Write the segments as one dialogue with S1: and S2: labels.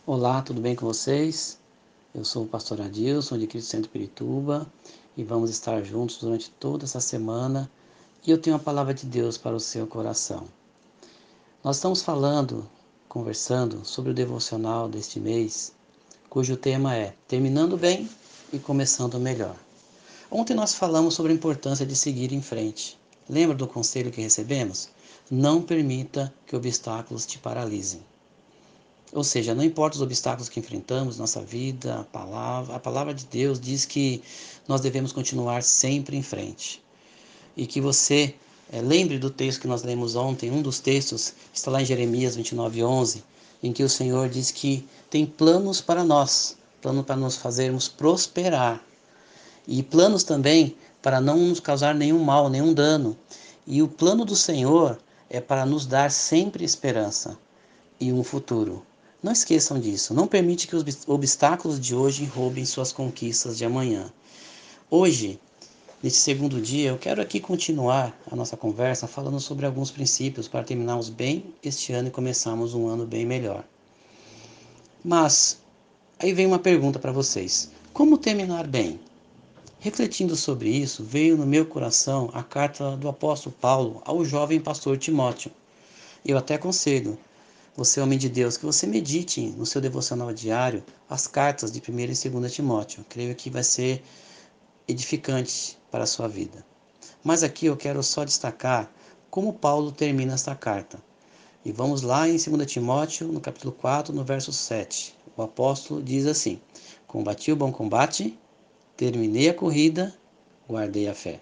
S1: Olá, tudo bem com vocês? Eu sou o pastor Adilson, de Cristo Centro Pirituba, e vamos estar juntos durante toda essa semana. E eu tenho a palavra de Deus para o seu coração. Nós estamos conversando sobre o devocional deste mês, cujo tema é Terminando Bem e Começando Melhor. Ontem nós falamos sobre a importância de seguir em frente. Lembra do conselho que recebemos? Não permita que obstáculos te paralisem. Ou seja, não importa os obstáculos que enfrentamos na nossa vida, a palavra de Deus diz que nós devemos continuar sempre em frente. E que você lembre do texto que nós lemos ontem, um dos textos está lá em Jeremias 29:11, em que o Senhor diz que tem planos para nós, plano para nos fazermos prosperar. E planos também para não nos causar nenhum mal, nenhum dano. E o plano do Senhor é para nos dar sempre esperança e um futuro. Não esqueçam disso. Não permite que os obstáculos de hoje roubem suas conquistas de amanhã. Hoje, neste segundo dia, eu quero aqui continuar a nossa conversa falando sobre alguns princípios para terminarmos bem este ano e começarmos um ano bem melhor. Mas aí vem uma pergunta para vocês: como terminar bem? Refletindo sobre isso, veio no meu coração a carta do apóstolo Paulo ao jovem pastor Timóteo. Eu até aconselho você, homem de Deus, que você medite no seu devocional diário as cartas de 1ª e 2ª Timóteo. Creio que vai ser edificante para a sua vida. Mas aqui eu quero só destacar como Paulo termina esta carta. E vamos lá em 2ª Timóteo, no capítulo 4, no verso 7. O apóstolo diz assim: Combati o bom combate, terminei a corrida, guardei a fé.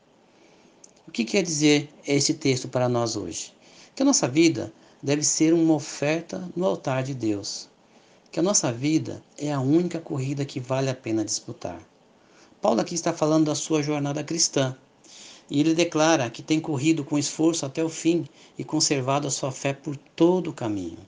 S1: O que quer dizer este texto para nós hoje? Que a nossa vida deve ser uma oferta no altar de Deus. Que a nossa vida é a única corrida que vale a pena disputar. Paulo aqui está falando da sua jornada cristã. E ele declara que tem corrido com esforço até o fim e conservado a sua fé por todo o caminho.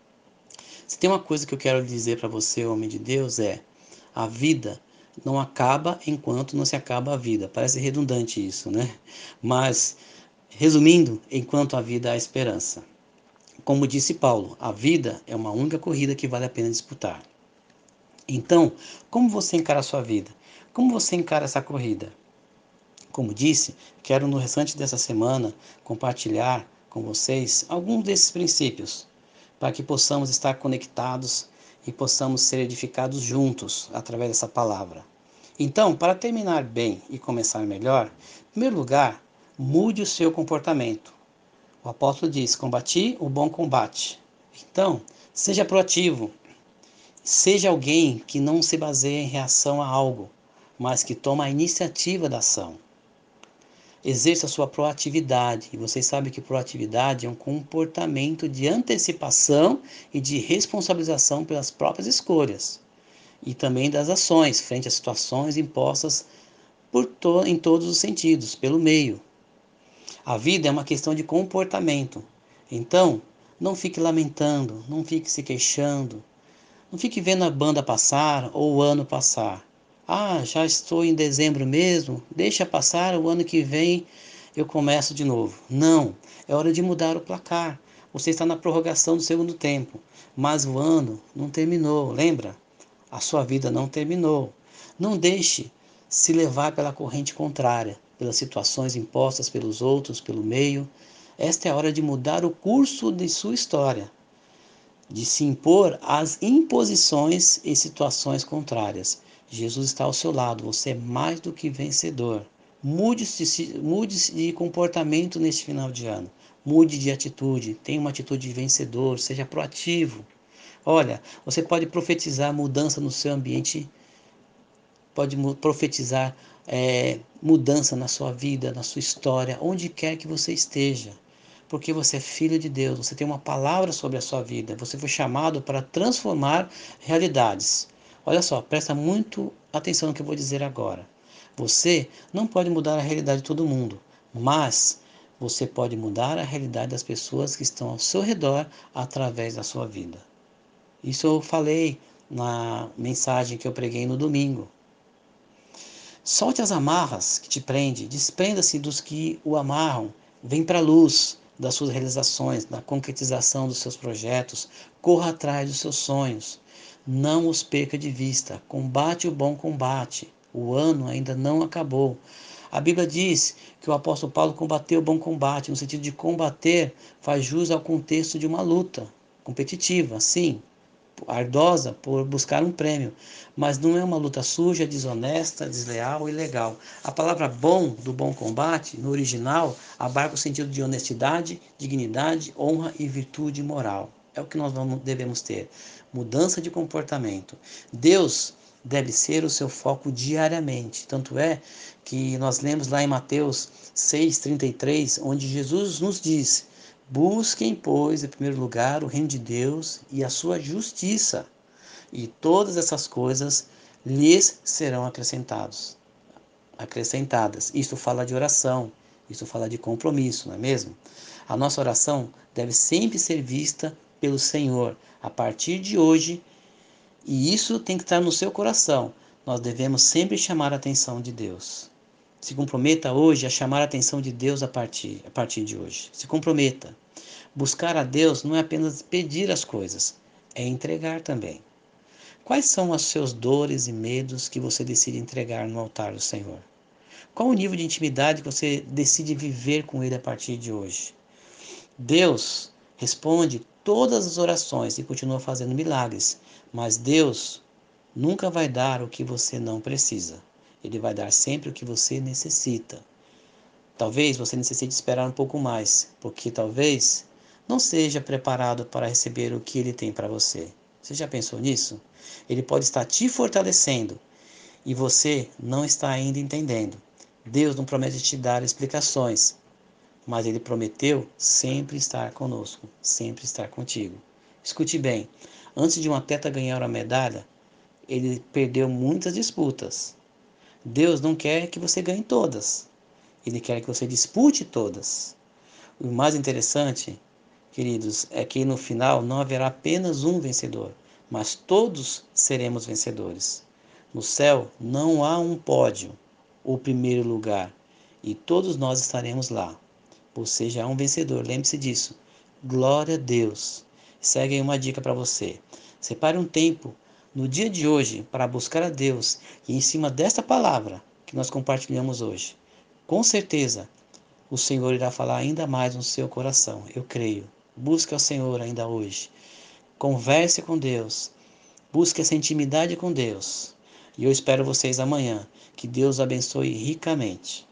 S1: Se tem uma coisa que eu quero dizer para você, homem de Deus, é: a vida não acaba enquanto não se acaba a vida. Parece redundante isso, né? Mas, resumindo, enquanto a vida há esperança. Como disse Paulo, a vida é uma única corrida que vale a pena disputar. Então, como você encara a sua vida? Como você encara essa corrida? Como disse, quero no restante dessa semana compartilhar com vocês alguns desses princípios, para que possamos estar conectados e possamos ser edificados juntos através dessa palavra. Então, para terminar bem e começar melhor, em primeiro lugar, mude o seu comportamento. O apóstolo diz: combati o bom combate. Então, seja proativo. Seja alguém que não se baseia em reação a algo, mas que toma a iniciativa da ação. Exerça a sua proatividade. E vocês sabem que proatividade é um comportamento de antecipação e de responsabilização pelas próprias escolhas. E também das ações frente a situações impostas em todos os sentidos, pelo meio. A vida é uma questão de comportamento. Então, não fique lamentando, não fique se queixando, não fique vendo a banda passar ou o ano passar. Ah, já estou em dezembro mesmo, deixa passar, o ano que vem eu começo de novo. Não, é hora de mudar o placar. Você está na prorrogação do segundo tempo, mas o ano não terminou, lembra? A sua vida não terminou. Não deixe se levar pela corrente contrária, pelas situações impostas pelos outros, pelo meio. Esta é a hora de mudar o curso de sua história, de se impor às imposições e situações contrárias. Jesus está ao seu lado, você é mais do que vencedor. Mude-se de comportamento neste final de ano. Mude de atitude, tenha uma atitude de vencedor, seja proativo. Olha, você pode profetizar mudança no seu ambiente, pode profetizar mudança na sua vida, na sua história, onde quer que você esteja. Porque você é filho de Deus, você tem uma palavra sobre a sua vida, você foi chamado para transformar realidades. Olha só, presta muito atenção no que eu vou dizer agora. Você não pode mudar a realidade de todo mundo, mas você pode mudar a realidade das pessoas que estão ao seu redor através da sua vida. Isso eu falei na mensagem que eu preguei no domingo. Solte as amarras que te prendem, desprenda-se dos que o amarram, vem para a luz, das suas realizações, da concretização dos seus projetos. Corra atrás dos seus sonhos. Não os perca de vista. Combate o bom combate. O ano ainda não acabou. A Bíblia diz que o apóstolo Paulo combateu o bom combate, no sentido de combater, faz jus ao contexto de uma luta competitiva, sim, ardosa por buscar um prêmio, mas não é uma luta suja, desonesta, desleal e ilegal. A palavra bom, do bom combate, no original, abarca o sentido de honestidade, dignidade, honra e virtude moral. É o que nós devemos ter. Mudança de comportamento. Deus deve ser o seu foco diariamente. Tanto é que nós lemos lá em Mateus 6,33, onde Jesus nos diz: busquem, pois, em primeiro lugar o reino de Deus e a sua justiça, e todas essas coisas lhes serão acrescentadas. Isto fala de oração, isso fala de compromisso, não é mesmo? A nossa oração deve sempre ser vista pelo Senhor a partir de hoje, e isso tem que estar no seu coração. Nós devemos sempre chamar a atenção de Deus. Se comprometa hoje a chamar a atenção de Deus a partir de hoje. Se comprometa. Buscar a Deus não é apenas pedir as coisas, é entregar também. Quais são os seus dores e medos que você decide entregar no altar do Senhor? Qual o nível de intimidade que você decide viver com Ele a partir de hoje? Deus responde todas as orações e continua fazendo milagres, mas Deus nunca vai dar o que você não precisa. Ele vai dar sempre o que você necessita. Talvez você necessite esperar um pouco mais, porque talvez não seja preparado para receber o que ele tem para você. Você já pensou nisso? Ele pode estar te fortalecendo e você não está ainda entendendo. Deus não promete te dar explicações, mas ele prometeu sempre estar conosco, sempre estar contigo. Escute bem, antes de um atleta ganhar uma medalha, ele perdeu muitas disputas. Deus não quer que você ganhe todas. Ele quer que você dispute todas. O mais interessante, queridos, é que no final não haverá apenas um vencedor, mas todos seremos vencedores. No céu não há um pódio, o primeiro lugar, e todos nós estaremos lá. Ou seja, há um vencedor, lembre-se disso. Glória a Deus. Segue aí uma dica para você. Separe um tempo no dia de hoje para buscar a Deus e em cima desta palavra que nós compartilhamos hoje. Com certeza, o Senhor irá falar ainda mais no seu coração, eu creio. Busque ao Senhor ainda hoje. Converse com Deus. Busque essa intimidade com Deus. E eu espero vocês amanhã. Que Deus abençoe ricamente.